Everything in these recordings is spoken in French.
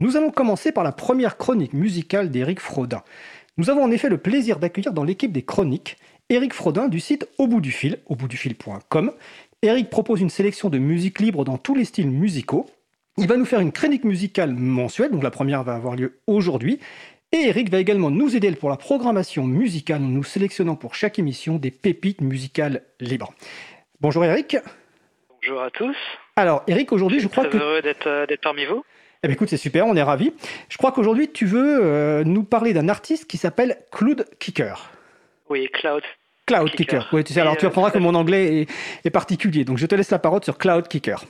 Nous allons commencer par la première chronique musicale d'Éric Frodin. Nous avons en effet le plaisir d'accueillir dans l'équipe des chroniques Éric Frodin du site Au bout du fil, auboutdufil.com. Éric propose une sélection de musique libre dans tous les styles musicaux. Il va nous faire une chronique musicale mensuelle, donc la première va avoir lieu aujourd'hui. Et Éric va également nous aider pour la programmation musicale en nous sélectionnant pour chaque émission des pépites musicales libres. Bonjour Éric. Bonjour à tous. Alors Éric, aujourd'hui je crois très que... heureux d'être parmi vous. Eh bien, écoute, c'est super, on est ravis. Je crois qu'aujourd'hui, tu veux nous parler d'un artiste qui s'appelle Cloud Kicker. Oui, Cloud Kicker. Oui, tu sais, alors tu apprendras que mon anglais est particulier, donc je te laisse la parole sur Cloud Kicker.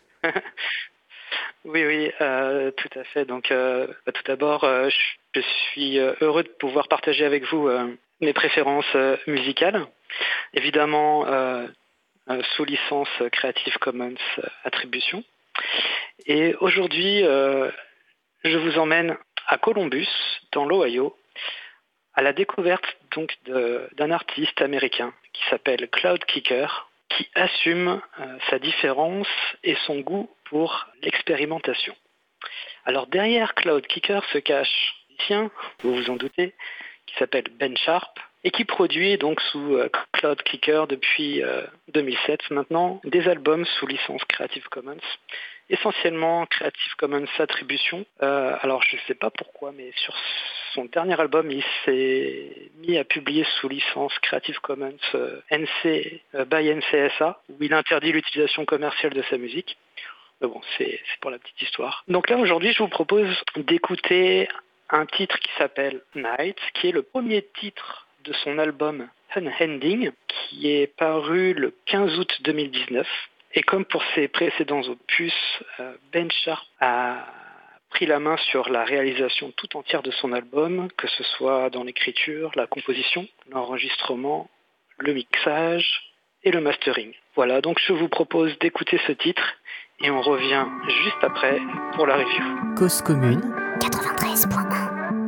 Oui, tout à fait. Donc, tout d'abord, je suis heureux de pouvoir partager avec vous mes préférences musicales. Évidemment, sous licence Creative Commons Attribution. Et aujourd'hui, je vous emmène à Columbus, dans l'Ohio, à la découverte donc d'un artiste américain qui s'appelle Cloud Kicker, qui assume sa différence et son goût pour l'expérimentation. Alors derrière Cloud Kicker se cache un musicien, vous vous en doutez, qui s'appelle Ben Sharp, et qui produit donc sous Cloud Kicker depuis 2007 maintenant des albums sous licence Creative Commons, essentiellement Creative Commons Attribution. Alors je ne sais pas pourquoi, mais sur son dernier album, il s'est mis à publier sous licence Creative Commons by NCSA, où il interdit l'utilisation commerciale de sa musique. Mais bon, c'est pour la petite histoire. Donc là, aujourd'hui, je vous propose d'écouter un titre qui s'appelle Night, qui est le premier titre de son album Unending, qui est paru le 15 août 2019. Et comme pour ses précédents opus, Ben Sharp a pris la main sur la réalisation tout entière de son album, que ce soit dans l'écriture, la composition, l'enregistrement, le mixage et le mastering. Voilà, donc je vous propose d'écouter ce titre et on revient juste après pour la review. Cause commune 93.1.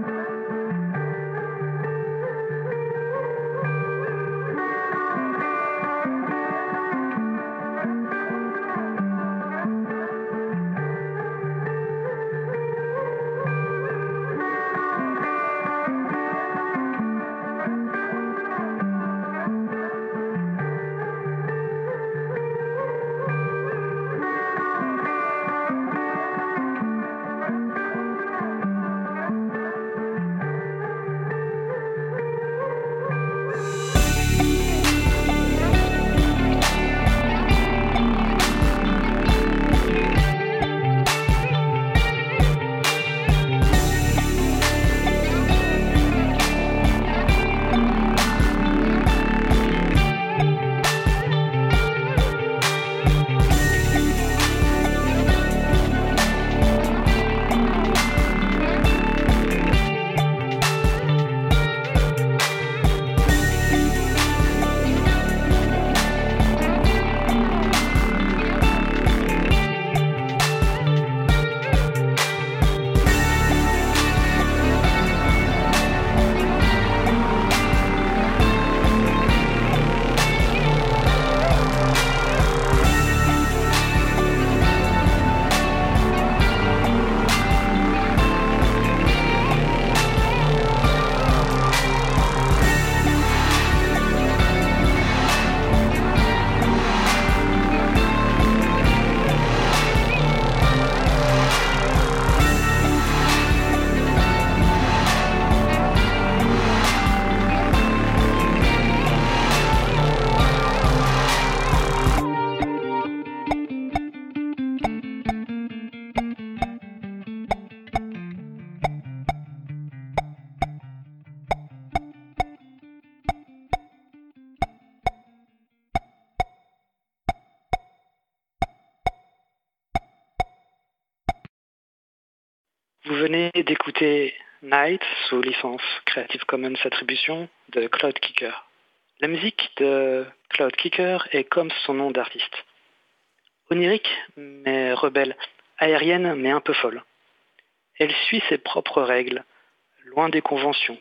Vous venez d'écouter Night sous licence Creative Commons Attribution de Cloud Kicker. La musique de Cloud Kicker est comme son nom d'artiste. Onirique mais rebelle, aérienne mais un peu folle. Elle suit ses propres règles, loin des conventions,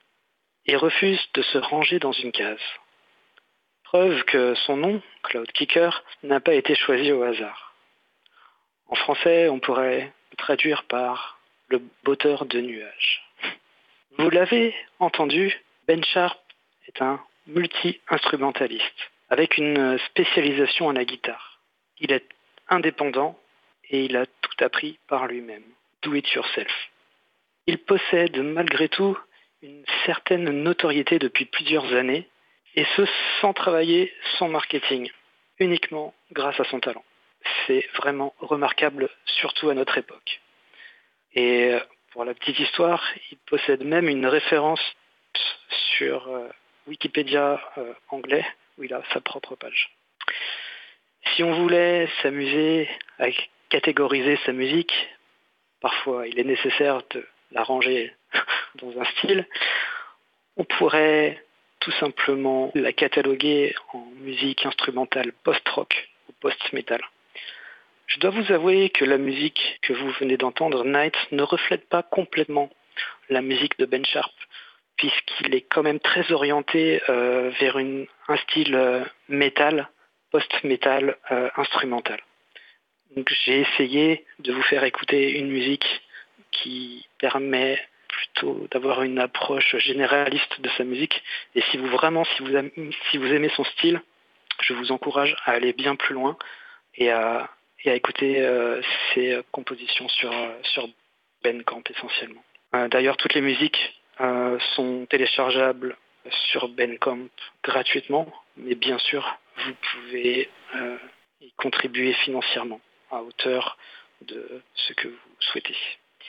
et refuse de se ranger dans une case. Preuve que son nom, Cloud Kicker, n'a pas été choisi au hasard. En français, on pourrait le traduire par le botteur de nuages. Vous l'avez entendu, Ben Sharp est un multi-instrumentaliste avec une spécialisation à la guitare. Il est indépendant et il a tout appris par lui-même. Do it yourself. Il possède malgré tout une certaine notoriété depuis plusieurs années, et ce sans travailler son marketing, uniquement grâce à son talent. C'est vraiment remarquable, surtout à notre époque. Et pour la petite histoire, il possède même une référence sur Wikipédia anglais, où il a sa propre page. Si on voulait s'amuser à catégoriser sa musique, parfois il est nécessaire de l'arranger dans un style, on pourrait tout simplement la cataloguer en musique instrumentale post-rock ou post-metal. Je dois vous avouer que la musique que vous venez d'entendre, Night, ne reflète pas complètement la musique de Ben Sharp, puisqu'il est quand même très orienté vers un style metal, post-metal instrumental. Donc j'ai essayé de vous faire écouter une musique qui permet plutôt d'avoir une approche généraliste de sa musique. Et si vous aimez son style, je vous encourage à aller bien plus loin et à écouter ses compositions sur Bandcamp essentiellement. D'ailleurs, toutes les musiques sont téléchargeables sur Bandcamp gratuitement, mais bien sûr, vous pouvez y contribuer financièrement à hauteur de ce que vous souhaitez.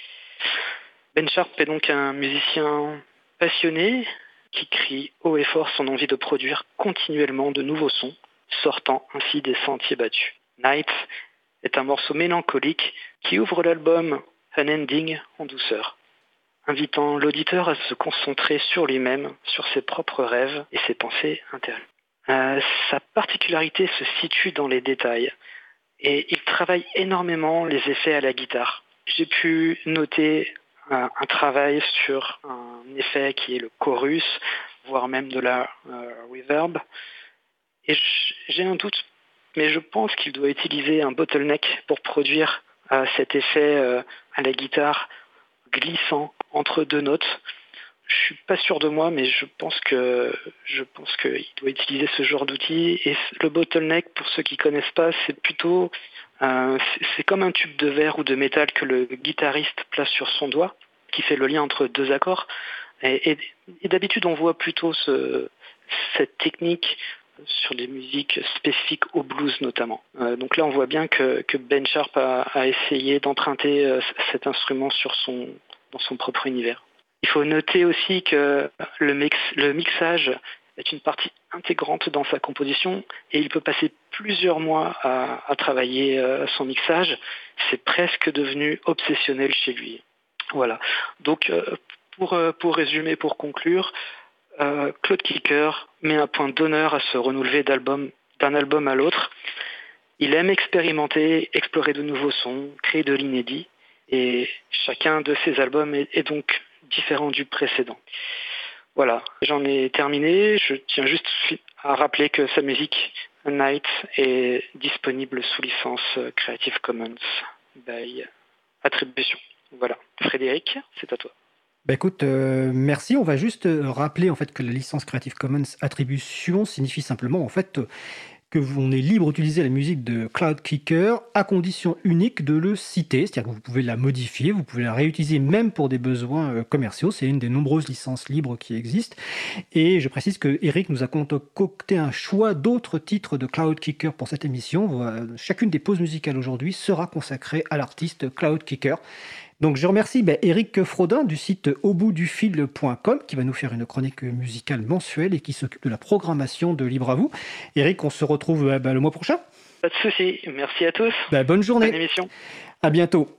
Ben Sharp est donc un musicien passionné qui crie haut et fort son envie de produire continuellement de nouveaux sons, sortant ainsi des sentiers battus. Night est un morceau mélancolique qui ouvre l'album Unending en douceur, invitant l'auditeur à se concentrer sur lui-même, sur ses propres rêves et ses pensées intérieures. Sa particularité se situe dans les détails et il travaille énormément les effets à la guitare. J'ai pu noter un travail sur un effet qui est le chorus, voire même de la reverb. Et j'ai un doute, mais je pense qu'il doit utiliser un bottleneck pour produire cet effet à la guitare glissant entre deux notes. Je suis pas sûr de moi, mais je pense qu'il doit utiliser ce genre d'outil. Et le bottleneck, pour ceux qui connaissent pas, c'est plutôt c'est comme un tube de verre ou de métal que le guitariste place sur son doigt, qui fait le lien entre deux accords. Et d'habitude, on voit plutôt cette technique sur des musiques spécifiques au blues notamment. Donc là, on voit bien que Ben Sharp a essayé d'emprunter cet instrument dans son propre univers. Il faut noter aussi que le mixage est une partie intégrante dans sa composition et il peut passer plusieurs mois à travailler son mixage. C'est presque devenu obsessionnel chez lui. Voilà. Donc, pour résumer, pour conclure, Claude Kicker met un point d'honneur à se renouveler d'un album à l'autre. Il aime expérimenter, explorer de nouveaux sons, créer de l'inédit, et chacun de ses albums est donc différent du précédent. Voilà, j'en ai terminé. Je tiens juste à rappeler que sa musique Night est disponible sous licence Creative Commons by attribution. Voilà, Frédéric, c'est à toi. Bah écoute, merci. On va juste rappeler en fait que la licence Creative Commons Attribution signifie simplement en fait que on est libre d'utiliser la musique de Cloud Kicker à condition unique de le citer, c'est-à-dire que vous pouvez la modifier, vous pouvez la réutiliser même pour des besoins commerciaux. C'est une des nombreuses licences libres qui existent. Et je précise que Eric nous a concocté un choix d'autres titres de Cloud Kicker pour cette émission. Chacune des pauses musicales aujourd'hui sera consacrée à l'artiste Cloud Kicker. Donc je remercie Éric Frodin du site auboutdufil.com qui va nous faire une chronique musicale mensuelle et qui s'occupe de la programmation de Libre à vous. Éric, on se retrouve le mois prochain. Pas de souci, merci à tous. Bonne journée. Bonne émission. À bientôt.